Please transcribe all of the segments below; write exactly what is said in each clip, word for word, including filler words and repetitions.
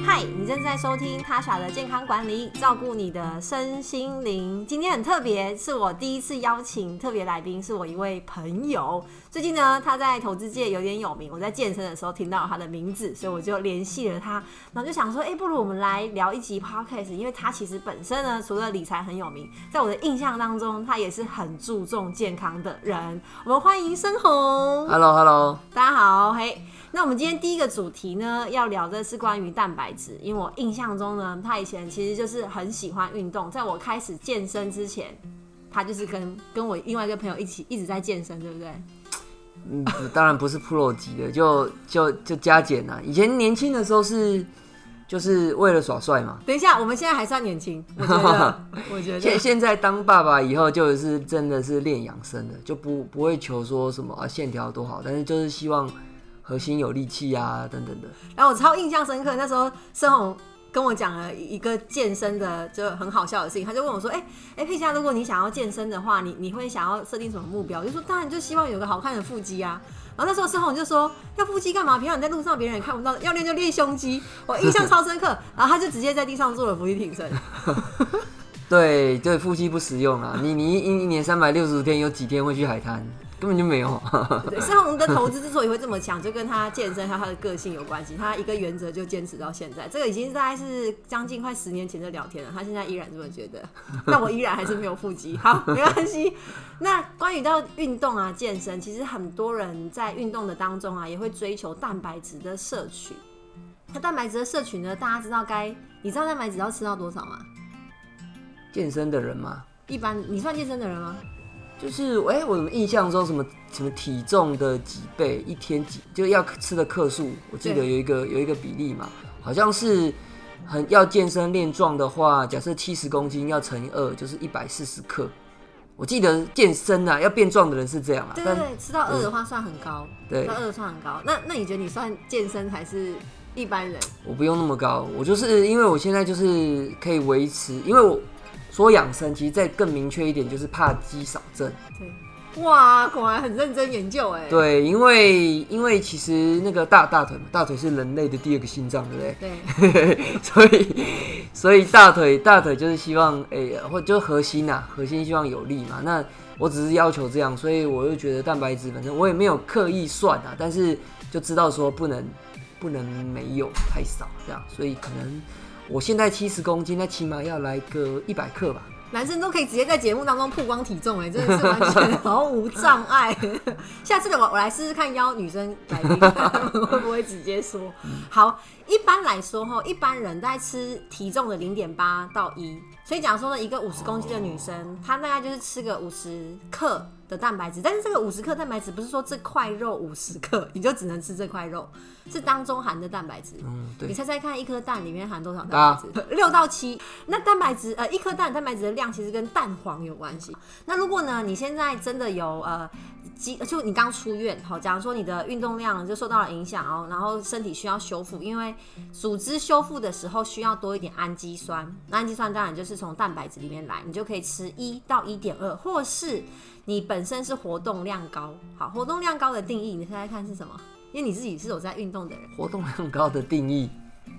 嗨，你正在收听他傻的健康管理，照顾你的身心灵。今天很特别，是我第一次邀请特别来宾，是我一位朋友。最近呢，他在投资界有点有名，我在健身的时候听到他的名字，所以我就联系了他，然后就想说，哎，不如我们来聊一集 podcast， 因为他其实本身呢，除了理财很有名，在我的印象当中，他也是很注重健康的人。我们欢迎申鸿。 Hello Hello， 大家好，嘿。那我们今天第一个主题呢，要聊的是关于蛋白质，因为我印象中呢，他以前其实就是很喜欢运动，在我开始健身之前，他就是跟跟我另外一个朋友一起一直在健身，对不对？ 嗯，当然不是 pro 级的，就就就加减啊。以前年轻的时候是就是为了耍帅嘛。 等一下，我们现在还算年轻，我觉得，我觉得现现在当爸爸以后，就是真的是练养生的，就不不会求说什么啊线条多好，但是就是希望核心有力气啊，等等的。 然后我超印象深刻，那时候申鸿跟我讲了一个健身的就很好笑的事情，他就问我说：“哎、欸、哎，佩佳，如果你想要健身的话，你你会想要设定什么目标？”我就说：“当然就希望有个好看的腹肌啊。”然后那时候申鸿就说：“要腹肌干嘛？平常你在路上别人也看不到，要练就练胸肌。”我印象超深刻。然后他就直接在地上做了伏地挺身。 对对，腹肌不实用啊！你你一一年三百六十天有几天会去海滩？根本就没有。 对，申鸿的投资之所以会这么强，就跟他健身还有他的个性有关系。他一个原则就坚持到现在，这个已经大概是将近快十年前的聊天了。他现在依然这么觉得，那我依然还是没有腹肌。好，没关系。那关于到运动啊、健身，其实很多人在运动的当中啊，也会追求蛋白质的摄取。那蛋白质的摄取呢，大家知道该，你知道蛋白质要吃到多少吗？ 健身的人吗？ 一般，你算健身的人吗？ 就是哎、欸，我印象中什么什么体重的几倍，一天几就要吃的克数，我记得有一个有一个比例嘛，好像是很要健身练壮的话，假设七十公斤要乘以二，就是一百四十克。我记得健身啊，要变壮的人是这样啊。 对对对，吃到二的话算很高， 对， 吃到二算很高。那那你觉得你算健身还是一般人？ 我不用那么高，我就是因为我现在就是可以维持，因为我。说养生，其实再更明确一点，就是怕肌少症。 对，哇，果然很认真研究哎。 对，因为因为其实那个大大腿嘛，大腿是人类的第二个心脏，对不对？对，所以所以大腿大腿就是希望哎、欸，或就是核心啊，核心希望有力嘛。那我只是要求这样，所以我就觉得蛋白质，反正我也没有刻意算啊，但是就知道说不能不能没有太少这样，所以可能。我现在七十公斤，那起码要来个一百克吧。 男生都可以直接在节目当中曝光体重，哎，真的是完全毫无障碍。下次的我我来试试看邀女生来宾，他们会不会直接说？好，一般来说哈，一般人大概吃体重的零点八到一，所以假如说呢，一个五十公斤的女生，她大概就是吃个五十克的蛋白质，但是这个五十克蛋白质不是说这块肉五十克你就只能吃这块肉，是当中含的蛋白质。嗯，对。你猜猜看，一颗蛋里面含多少蛋白质？六、啊、到七。那蛋白质呃，一颗蛋蛋白质的量其实跟蛋黄有关系。那如果呢，你现在真的有呃，就你刚出院，好，假如说你的运动量就受到了影响哦，然后身体需要修复，因为组织修复的时候需要多一点氨基酸，那氨基酸当然就是从蛋白质里面来，你就可以吃一到一点二，或是你本身是活动量高。好，活动量高的定义，你猜猜看是什么？因为你自己是有在运动的人。 活动量高的定义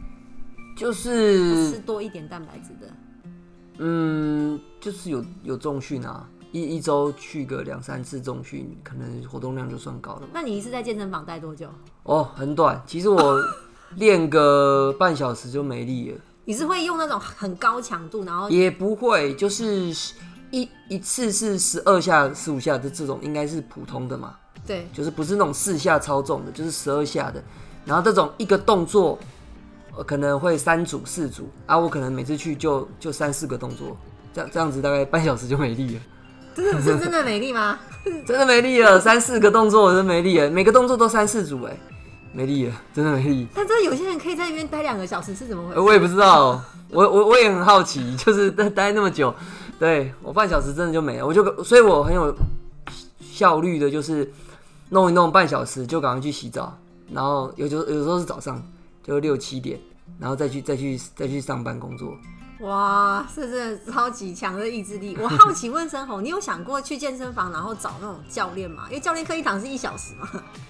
就是吃多一点蛋白质的。 嗯，就是有有重训啊，一一周去个两三次重训，可能活动量就算高了。 那你一次在健身房待多久？ 哦，很短，其实我练个半小时就没力了。 你是会用那种很高强度，然后也不会，就是一一次是十二下、十五下的这种，应该是普通的嘛。 对， 就是不是那种四下超重的，就是十二下的。然后这种一个动作，呃、可能会三组、四组啊，我可能每次去就就三四个动作，这样这样子大概半小时就没力了。 真的是真的没力吗？ 真的没力了，三四个动作我就没力了，每个动作都三四组，哎，没力了，真的没力。 但真的有些人可以在那边待两个小时，是怎么回事？ 我也不知道，我我我也很好奇，就是待那么久，对我半小时真的就没了，我就所以我很有效率的，就是弄一弄半小时就赶快去洗澡，然后有时候有时候是早上就六七点，然后再去再去再去上班工作。 哇，是真的超级强的意志力。我好奇问申鸿，你有想过去健身房然后找那种教练吗？因为教练课一堂是一小时嘛。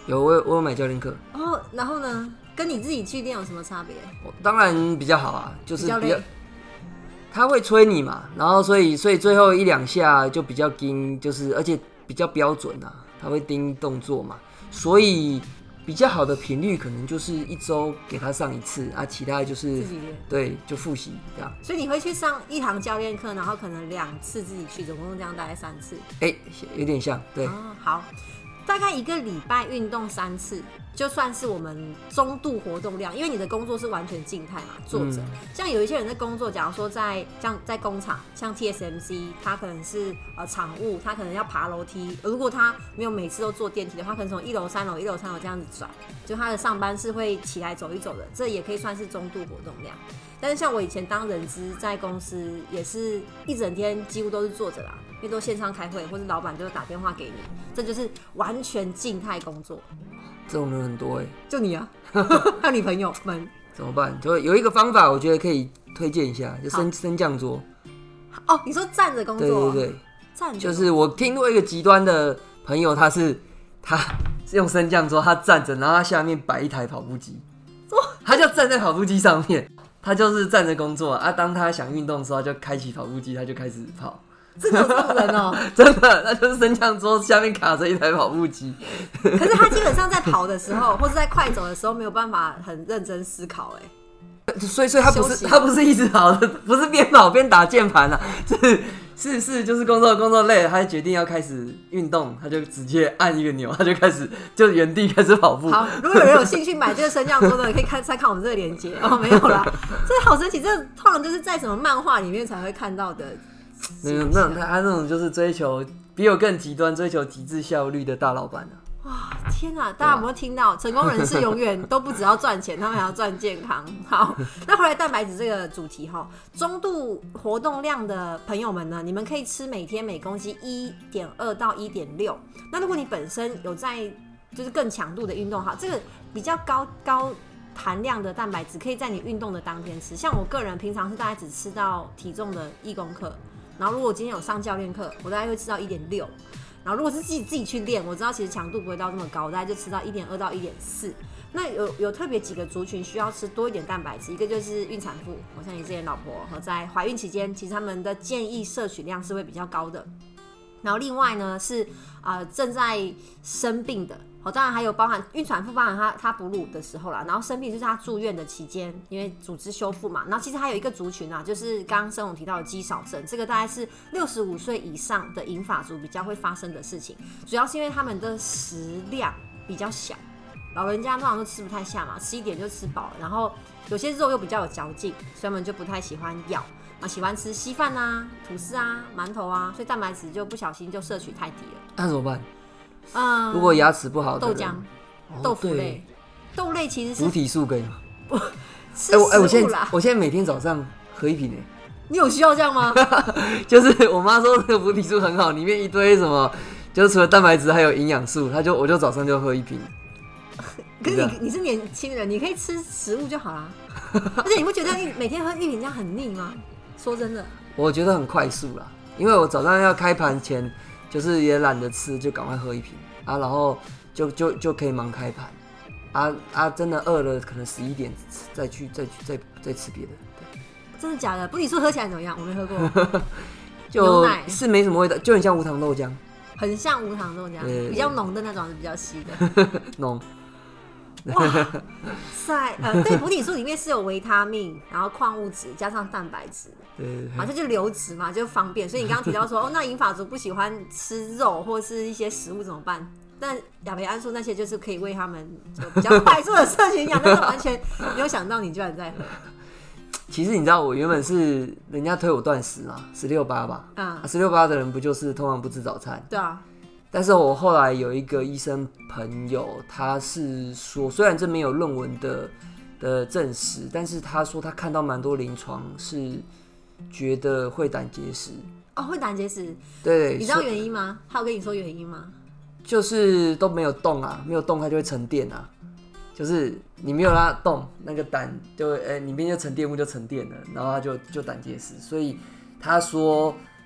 有我有我有买教练课。 哦，然后呢，跟你自己去练有什么差别？ 当然比较好啊，就是比较比较累。 他会催你嘛，然后所以所以最后一两下就比较盯，就是而且比较标准啊，他会盯动作嘛，所以比较好的频率可能就是一周给他上一次啊，其他就是自己练， 对，就复习这样。 所以你会去上一堂教练课，然后可能两次自己去，总共这样大概三次。 哎、欸，有点像，对。 哦，好，大概一个礼拜运动三次，就算是我们中度活动量，因为你的工作是完全静态嘛，坐着、嗯。像有一些人在工作，假如说在像在工厂，像 T S M C， 他可能是呃厂务，他可能要爬楼梯。如果他没有每次都坐电梯的话，可能从一楼、三楼、一楼、三楼这样子转，就他的上班是会起来走一走的，这也可以算是中度活动量。但是像我以前当人资在公司，也是一整天几乎都是坐着啦，因为都线上开会，或是老板就会打电话给你，这就是完全静态工作。 这种人很多哎、欸， 就你啊，还有你朋友们怎么办？就有一个方法，我觉得可以推荐一下，就升升降桌。 哦，你说站着工作？ 对对对， 站着。 就是我听过一个极端的朋友，他是他是用升降桌，他站着，然后他下面摆一台跑步机，他就站在跑步机上面。他就是站着工作啊，当他想运动的时候，他就开启跑步机，他就开始跑。 真的有这种人哦、喔， 真的，那就是升降桌下面卡着一台跑步机。 可是他基本上在跑的时候，或是在快走的时候，没有办法很认真思考、欸，哎， 所以所以他不是他不是一直跑的，不是边跑边打键盘啊，是是是，就是工作工作累了，他决定要开始运动，他就直接按一个钮，他就开始就原地开始跑步。 好，如果有人有兴趣买这个升降桌的，可以看再看我们这个链接哦。没有啦，这好神奇，这通常就是在什么漫画里面才会看到的。 那那他他那种就是追求比我更极端、追求极致效率的大老板啊！ 哇，天哪！大家有没有听到？成功人士永远都不只要赚钱，他们还要赚健康。好，那回来蛋白质这个主题哈，中度活动量的朋友们呢，你们可以吃每天每公斤一点二到一点六。那如果你本身有在就是更强度的运动哈，这个比较高高含量的蛋白质可以在你运动的当天吃。像我个人平常是大概只吃到体重的一公克。然后如果今天有上教练课，我大概会吃到一点六。然后如果是自己自己去练，我知道其实强度不会到这么高，大概就吃到一点二到一点四。那有有特别几个族群需要吃多一点蛋白质，一个就是孕产妇，我像你之前老婆和在怀孕期间，其实他们的建议摄取量是会比较高的。然后另外呢是呃正在生病的，好，当然还有包含孕产妇，包含她她哺乳的时候啦，然后生病就是她住院的期间，因为组织修复嘛。然后其实还有一个族群啊，就是刚刚申勇提到的肌少症，这个大概是六十五岁以上的银发族比较会发生的事情，主要是因为他们的食量比较小，老人家通常都吃不太下嘛，吃一点就吃饱了，然后有些肉又比较有嚼劲，所以他们就不太喜欢咬。啊，喜欢吃稀饭啊、吐司啊、馒头啊，所以蛋白质就不小心就摄取太低了。 那怎么办？ 嗯， 如果牙齿不好的豆浆、 哦、 豆腐类、豆类其实是补体素可以吗？ 吃食物啦、 欸我现在我现在每天早上喝一瓶诶。 你有需要这样吗？ 就是我妈说这个补体素很好，里面一堆什么，就是除了蛋白质还有营养素，她就我就早上就喝一瓶。 可是你你是年轻人，你可以吃食物就好啦。而且你不觉得每天喝一瓶这样很腻吗？说真的， 我觉得很快速啦，因为我早上要开盘前，就是也懒得吃，就赶快喝一瓶啊，然后就就就可以忙开盘啊啊！真的饿了，可能十一点再去再去再再吃别的。 真的假的？补体素喝起来怎么样？我没喝过， 就是没什么味道，就很像无糖豆浆， 很像无糖豆浆，比较浓的那种，比较稀的浓。 哇塞，呃，对，补体素里面是有维他命，然后矿物质加上蛋白质， 对， 好像就流质嘛，就方便。所以你刚刚提到说，哦，那银发族不喜欢吃肉或是一些食物怎么办？但亚培安素那些就是可以为他们就比较快速的摄取营养，但是完全没有想到你居然在喝。 其实你知道，我原本是人家推我断食嘛，十六八吧，啊，十六八的人不就是通常不吃早餐？ 对啊。 但是我后来有一个医生朋友，他是说，虽然这没有论文的的证实，但是他说他看到蛮多临床是觉得会胆结石。 哦，会胆结石。 对， 你知道原因吗？他有跟你说原因吗？ 就是都没有动啊，没有动它就会沉淀啊，就是你没有让它动，那个胆就呃里面就沉淀物就沉淀了，然后它就就胆结石。所以他说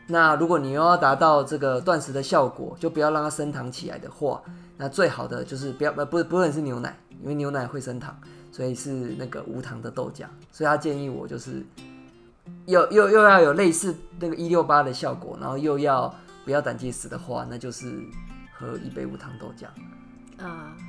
那如果你又要达到这个断食的效果，就不要让它升糖起来的话，那最好的就是不要不不不能是牛奶，因为牛奶会升糖，所以是那个无糖的豆浆。所以他建议我就是又又又要有类似那个一六八的效果，然后又要不要胆结石的话，那就是喝一杯无糖豆浆。啊、uh ，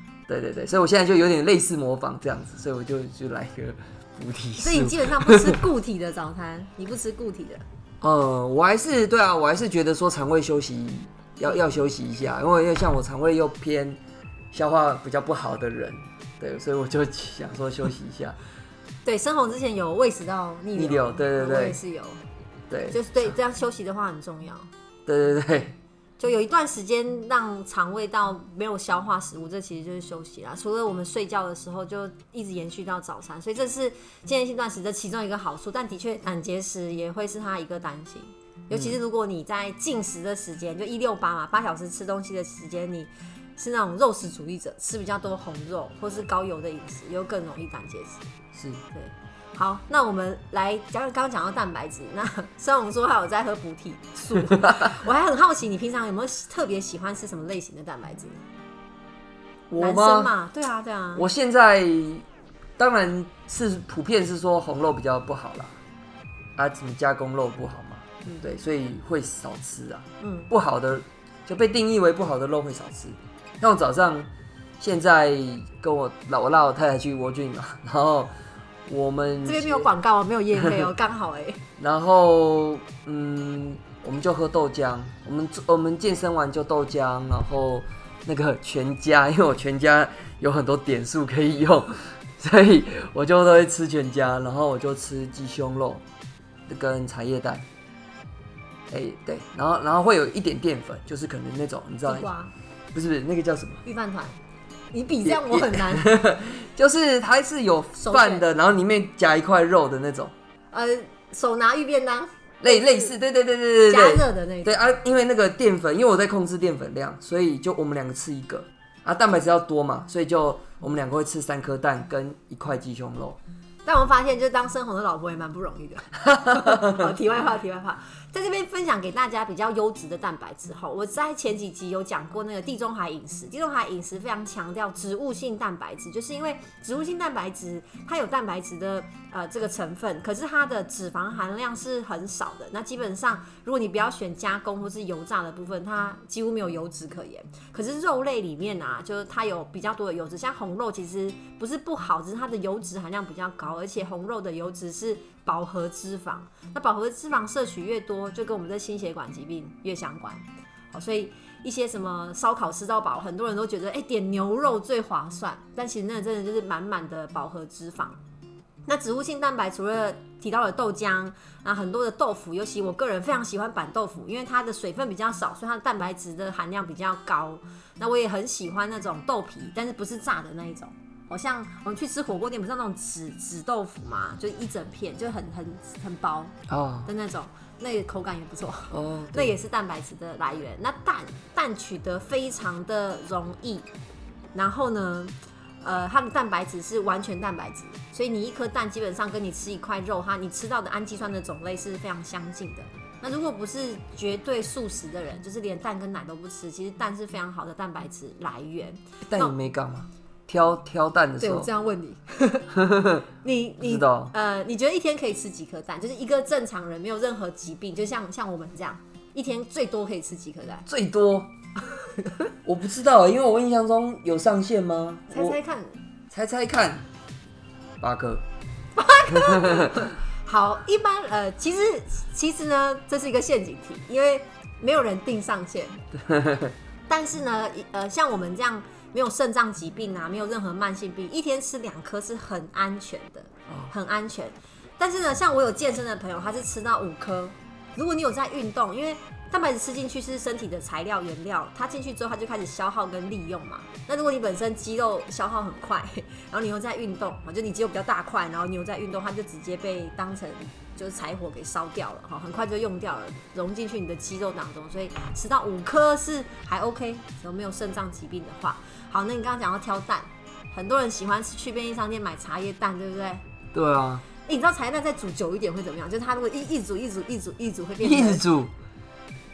对对对，所以我现在就有点类似模仿这样子，所以我就就来一个补体素。 所以你基本上不吃固体的早餐，你不吃固体的。 嗯，我还是对啊，我还是觉得说肠胃休息要要休息一下，因为像我肠胃又偏消化比较不好的人，对，所以我就想说休息一下。 对，生红之前有胃食道逆流， 逆流，对对对， 我也是有， 对， 就是对这样休息的话很重要。 对对对， 就有一段时间让肠胃道没有消化食物，这其实就是休息啦。除了我们睡觉的时候，就一直延续到早餐，所以这是间歇性断食的其中一个好处。但的确，胆结石也会是它一个担心，尤其是如果你在进食的时间，就一六八嘛，八小时吃东西的时间，你是那种肉食主义者，吃比较多红肉或是高油的饮食，又更容易胆结石。 是， 对。好，那我们来讲，刚刚讲到蛋白质，那孙红说还有在喝补体素，我还很好奇，你平常有没有特别喜欢吃什么类型的蛋白质？ 我吗？ 男生嘛，对啊，对啊。 我现在当然是普遍是说红肉比较不好啦，啊，什么加工肉不好嘛，嗯、对，所以会少吃啊。嗯，不好的就被定义为不好的肉会少吃。像我早上现在跟我老我拉我太太去蜗苣嘛，然后。我们这边没有广告哦，没有业配哦，刚好哎。 然后，嗯，我们就喝豆浆。我们我们健身完就豆浆，然后那个全家，因为我全家有很多点数可以用，所以我就都会吃全家。然后我就吃鸡胸肉跟茶叶蛋。哎、欸，对，然后然后会有一点淀粉，就是可能那种你知道，不是不是那个叫什么？ 御饭团。你比这样我很难， 就是它是有饭的，然后里面夹一块肉的那种。 呃，手拿御便当， 类类似，对对对对对加热的那种。 对啊，因为那个淀粉，因为我在控制淀粉量，所以就我们两个吃一个啊，蛋白质要多嘛，所以就我们两个会吃三颗蛋跟一块鸡胸肉。 但我们发现，就当生红的老婆也蛮不容易的。好，题外话，题外话，在这边分享给大家比较优质的蛋白质后，我在前几集有讲过那个地中海饮食。地中海饮食非常强调植物性蛋白质，就是因为植物性蛋白质它有蛋白质的呃这个成分，可是它的脂肪含量是很少的。那基本上，如果你不要选加工或是油炸的部分，它几乎没有油脂可言。可是肉类里面啊，就是它有比较多的油脂，像红肉其实不是不好，只是它的油脂含量比较高。而且红肉的油脂是饱和脂肪，那饱和脂肪摄取越多，就跟我们的心血管疾病越相关。好，所以一些什么烧烤吃到饱，很多人都觉得，哎、欸，点牛肉最划算，但其实那真的就是满满的饱和脂肪。那植物性蛋白除了提到了豆浆，那很多的豆腐，尤其我个人非常喜欢板豆腐，因为它的水分比较少，所以它的蛋白质的含量比较高。那我也很喜欢那种豆皮，但是不是炸的那一种。好像我们去吃火锅店，不是那种紫紫豆腐嘛，就一整片，就很很很薄的那种， oh. 那个口感也不错。Oh, 那也是蛋白质的来源。那蛋蛋取得非常的容易，然后呢，呃，它的蛋白质是完全蛋白质，所以你一颗蛋基本上跟你吃一块肉，它你吃到的氨基酸的种类是非常相近的。那如果不是绝对素食的人，就是连蛋跟奶都不吃，其实蛋是非常好的蛋白质来源。 蛋有没干嘛？挑挑蛋的时候， 对，我这样问你，你你呃，你觉得一天可以吃几颗蛋？就是一个正常人没有任何疾病，就像像我们这样，一天最多可以吃几颗蛋？ 最多，我不知道，因为我印象中有上限吗？ 猜猜看， 猜猜看，八颗， 八颗。好，一般呃，其实其实呢，这是一个陷阱题，因为没有人定上限。但是呢，呃，像我们这样。没有肾脏疾病啊，没有任何慢性病，一天吃两颗是很安全的，很安全。但是呢，像我有健身的朋友，他是吃到五颗。如果你有在运动，因为蛋白质吃进去是身体的材料原料，它进去之后它就开始消耗跟利用嘛。那如果你本身肌肉消耗很快，然后你又在运动，就你肌肉比较大块，然后你又在运动，它就直接被当成就是柴火给烧掉了，很快就用掉了，融进去你的肌肉当中。所以吃到五颗是还 OK， 只要没有肾脏疾病的话。好，那你刚刚讲到挑蛋，很多人喜欢去便利商店买茶叶蛋，对不对？ 对啊。 欸、你知道茶叶蛋再煮久一点会怎么样？就是它如果一一煮一煮一煮一煮会变成一直煮，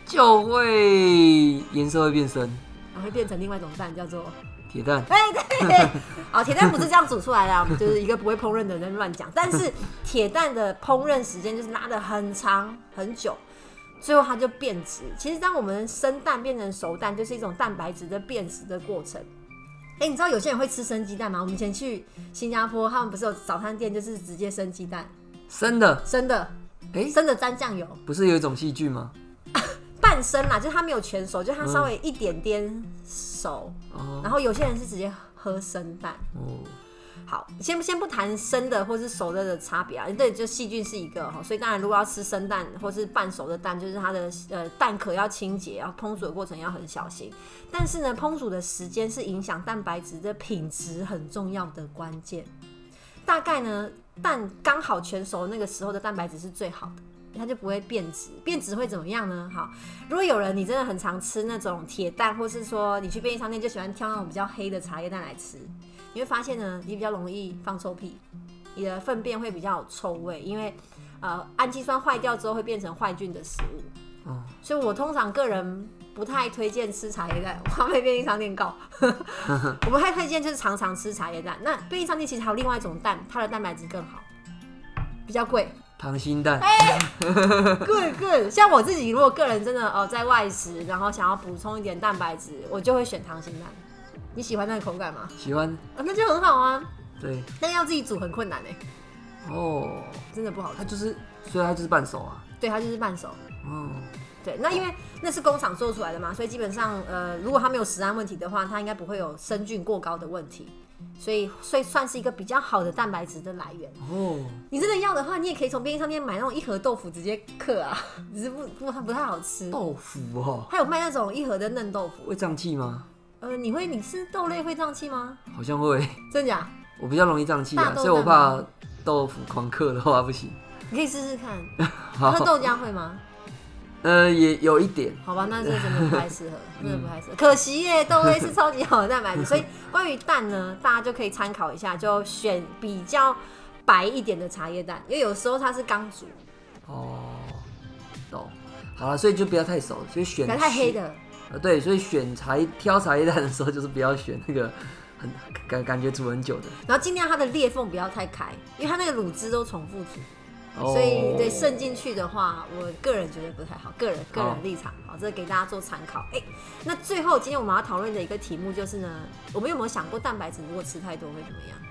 就会颜色会变深， 然后会变成另外一种蛋，叫做铁蛋。 哎，对，好，铁蛋不是这样煮出来的，我们就是一个不会烹饪的人乱讲。但是铁蛋的烹饪时间就是拉得很长很久，最后它就变质。其实当我们生蛋变成熟蛋，就是一种蛋白质的变质的过程。哎、欸，你知道有些人会吃生鸡蛋吗？我们以前去新加坡，他们不是有早餐店，就是直接生鸡蛋， 生的， 生的，哎、欸，生的沾酱油。不是有一种细菌吗？ 半生啦，就是它没有全熟，就它稍微一点点熟。嗯、然后有些人是直接喝生蛋。哦，好，先先不谈生的或是熟的的差别啊，对，就细菌是一个哈，所以当然如果要吃生蛋或是半熟的蛋，就是它的呃蛋壳要清洁，然后烹煮的过程要很小心。但是呢，烹煮的时间是影响蛋白质的品质很重要的关键。大概呢，蛋刚好全熟那个时候的蛋白质是最好的。它就不会变质，变质会怎么样呢？好，如果有人你真的很常吃那种铁蛋，或是说你去便利商店就喜欢挑那种比较黑的茶叶蛋来吃，你会发现呢，你比较容易放臭屁，你的粪便会比较有臭味，因为呃氨基酸坏掉之后会变成坏菌的食物。嗯，所以我通常个人不太推荐吃茶叶蛋，我怕被便利商店告。我不太推荐就是常常吃茶叶蛋。那便利商店其实还有另外一种蛋，它的蛋白质更好，比较贵。 溏心蛋， 哎、欸、，good good。像我自己，如果个人真的哦在外食，然后想要补充一点蛋白质，我就会选溏心蛋。你喜欢那个口感吗？ 喜欢、 啊，那就很好啊。 对， 但要自己煮很困难哎、欸。哦，真的不好吃。 它就是，所以它就是半熟啊。 对，它就是半熟。哦，对，那因为那是工厂做出来的嘛，所以基本上呃，如果它没有食安问题的话，它应该不会有生菌过高的问题。所以，所以算是一个比较好的蛋白质的来源哦。你真的要的话，你也可以从便利商店买那种一盒豆腐直接嗑啊，只是不不不太好吃。 豆腐哦， 还有卖那种一盒的嫩豆腐， 会胀气吗？ 呃，你会你吃豆类会胀气吗？ 好像会， 真假？ 我比较容易胀气啊，所以我怕豆腐狂嗑的话不行。 你可以试试看。喝豆浆会吗？ 呃，也有一点。 好吧，那这真的不太适合，真的不太适合。可惜耶，豆类是超级好的蛋白质，所以关于蛋呢，大家就可以参考一下，就选比较白一点的茶叶蛋，因为有时候它是刚煮。哦，懂。好了，所以就不要太熟，所以选不要太黑的。 呃，对，所以选茶挑茶叶蛋的时候，就是不要选那个很感感觉煮很久的， 然后尽量它的裂缝不要太开，因为它那个乳汁都重复煮。所以对渗进去的话，我个人觉得不太好，个人个人立场，好，这给大家做参考。哎、欸，那最后今天我们要讨论的一个题目就是呢，我们有没有想过蛋白质如果吃太多会怎么样？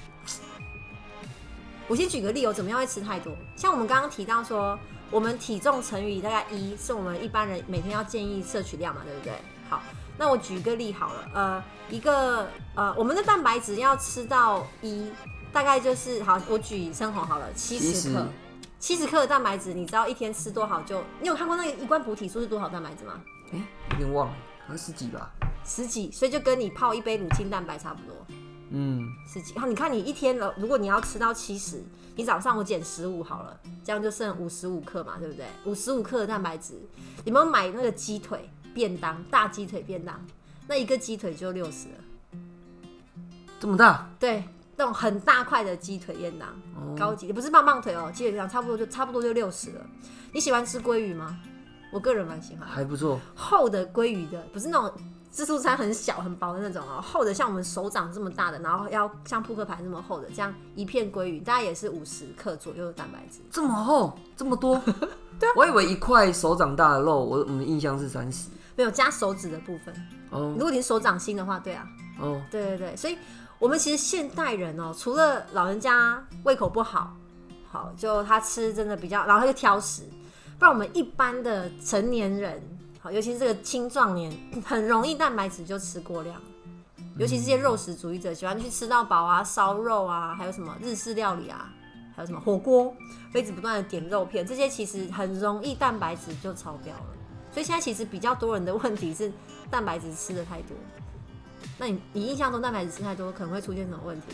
我先举个例由，怎么样会吃太多？像我们刚刚提到说，我们体重乘以大概一，是我们一般人每天要建议摄取量嘛，对不对？好，那我举个例好了，呃，一个呃，我们的蛋白质要吃到一。大概就是好，我举生酮好了，七十克，七十克的蛋白质，你知道一天吃多少就？你有看过那个一罐菩提素是多少蛋白质吗？ 哎、欸，有点忘了，好像十几吧。 十几，所以就跟你泡一杯乳清蛋白差不多。嗯，十几。好，你看你一天了，如果你要吃到七十，你早上我减十五好了，这样就剩五十五克嘛，对不对？五十五克的蛋白质，有没有买那个鸡腿便当？大鸡腿便当，那一个鸡腿就六十了， 这么大？ 对。那种很大块的鸡腿便当，哦、高级的不是棒棒腿哦，鸡腿便当差不多就差不多就六十了。你喜欢吃鲑鱼吗？我个人蛮喜欢， 还不错。 厚的鲑鱼的，不是那种自助餐很小很薄的那种哦，厚的像我们手掌这么大的，然后要像扑克牌那么厚的，这样一片鲑鱼大概也是五十克左右的蛋白质。 这么厚，这么多？对啊，我以为一块手掌大的肉，我我们印象是三十， 没有加手指的部分。哦，如果你是手掌心的话，对啊。哦，对对对，所以。我们其实现代人哦，除了老人家胃口不好，好就他吃真的比较，然后他就挑食，不然我们一般的成年人，好尤其是这个青壮年，很容易蛋白质就吃过量，尤其是这些肉食主义者，喜欢去吃到饱啊、烧肉啊，还有什么日式料理啊，还有什么火锅，一直不断的点肉片，这些其实很容易蛋白质就超标了。所以现在其实比较多人的问题是蛋白质吃的太多。那你你印象中蛋白质吃太多可能会出现什么问题？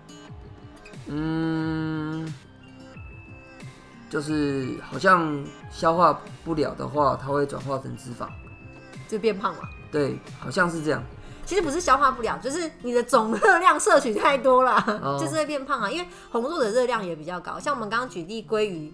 嗯，就是好像消化不了的话，它会转化成脂肪， 就变胖嘛。 对，好像是这样。 其实不是消化不了，就是你的总热量摄取太多了，哦、就是会变胖啊。因为红肉的热量也比较高，像我们刚刚举例鲑鱼。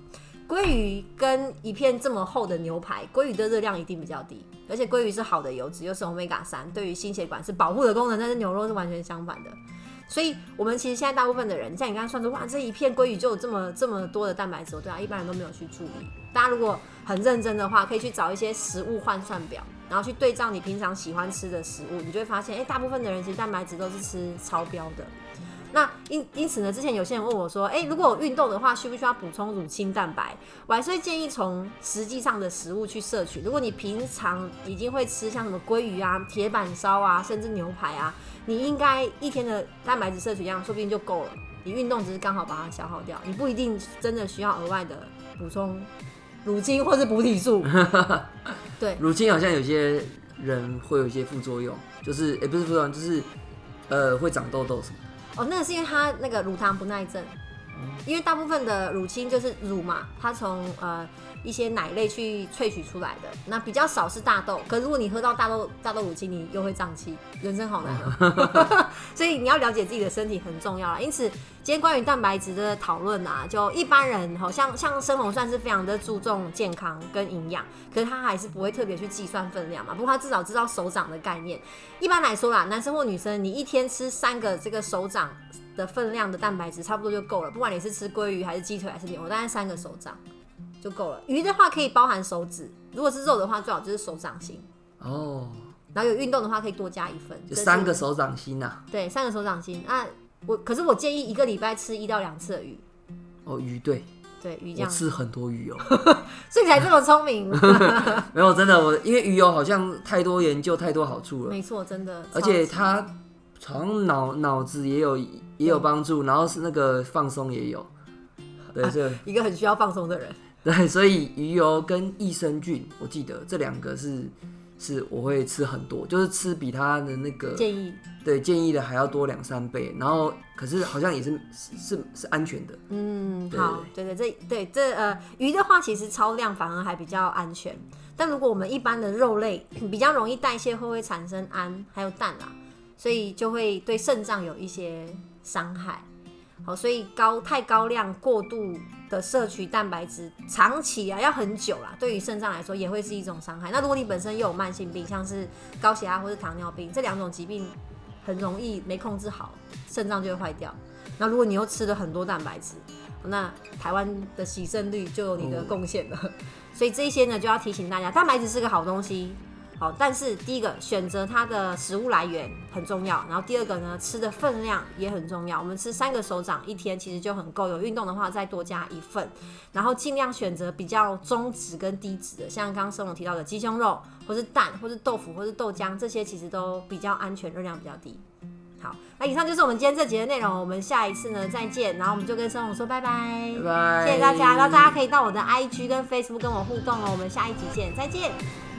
鲑鱼跟一片这么厚的牛排，鲑鱼的热量一定比较低，而且鲑鱼是好的油脂，又是 欧米伽三，对于心血管是保护的功能，但是牛肉是完全相反的。所以我们其实现在大部分的人，像你刚刚算出，哇，这一片鲑鱼就有这么这么多的蛋白质，对啊，一般人都没有去注意。大家如果很认真的话，可以去找一些食物换算表，然后去对照你平常喜欢吃的食物，你就会发现，哎、欸，大部分的人其实蛋白质都是吃超标的。那 因, 因此呢，之前有些人问我说，哎、欸，如果我运动的话，需不需要补充乳清蛋白？我还是会建议从实际上的食物去摄取。如果你平常已经会吃像什么鲑鱼啊、铁板烧啊，甚至牛排啊，你应该一天的蛋白质摄取量说不定就够了。你运动只是刚好把它消耗掉，你不一定真的需要额外的补充乳清或是补体素。对， 乳清好像有些人会有一些副作用，就是也、欸、不是副作用，就是呃会长痘痘什么的。 哦，那个是因为它那个乳糖不耐症，因为大部分的乳清就是乳嘛，它从呃一些奶类去萃取出来的，那比较少是大豆。可是如果你喝到大豆大豆乳清，你又会胀气，人生好难哦。所以你要了解自己的身体很重要啦。因此，今天关于蛋白质的讨论啊，就一般人好像像生酮算是非常的注重健康跟营养，可是他还是不会特别去计算分量嘛。不过他至少知道手掌的概念。一般来说啦，男生或女生，你一天吃三个这个手掌的分量的蛋白质差不多就够了。不管你是吃鲑鱼还是鸡腿还是牛，大概三个手掌就够了。鱼的话可以包含手指，如果是肉的话，最好就是手掌心。哦。然后有运动的话，可以多加一份， 就三个手掌心啊。 对，三个手掌心啊。我可是我建议一个礼拜吃一到两次的鱼。 哦，鱼对。 对，鱼这样。 我吃很多鱼油， 所以你才这么聪明。 没有，真的，我因为鱼油好像太多研究，太多好处了。 没错，真的。 而且它好像脑脑子也有也有帮助，然后是那个放松也有。对，这、啊、 一个很需要放松的人。 对，所以鱼油跟益生菌，我记得这两个是是我会吃很多，就是吃比它的那个建议对建议的还要多两三倍，然后可是好像也是是是安全的。 嗯，好，对对这对这呃鱼的话，其实超量反而还比较安全，但如果我们一般的肉类比较容易代谢后会产生氨还有氮啦，所以就会对肾脏有一些伤害。好，所以高太高量过度的摄取蛋白质，长期啊要很久啦，对于肾脏来说也会是一种伤害。那如果你本身又有慢性病，像是高血压或是糖尿病这两种疾病，很容易没控制好，肾脏就会坏掉。那如果你又吃了很多蛋白质，那台湾的洗肾率就有你的贡献了。哦、所以这些呢，就要提醒大家，蛋白质是个好东西。好，但是第一个选择它的食物来源很重要，然后第二个呢，吃的分量也很重要。我们吃三个手掌一天其实就很够，有运动的话再多加一份，然后尽量选择比较中脂跟低脂的，像刚刚生龙提到的鸡胸肉，或是蛋，或是豆腐，或是豆浆，这些其实都比较安全，热量比较低。好，那以上就是我们今天这集的内容，我们下一次呢再见，然后我们就跟生龙说拜拜， 拜拜， 谢谢大家，然后大家可以到我的 I G 跟 Facebook 跟我互动哦，我们下一集见，再见。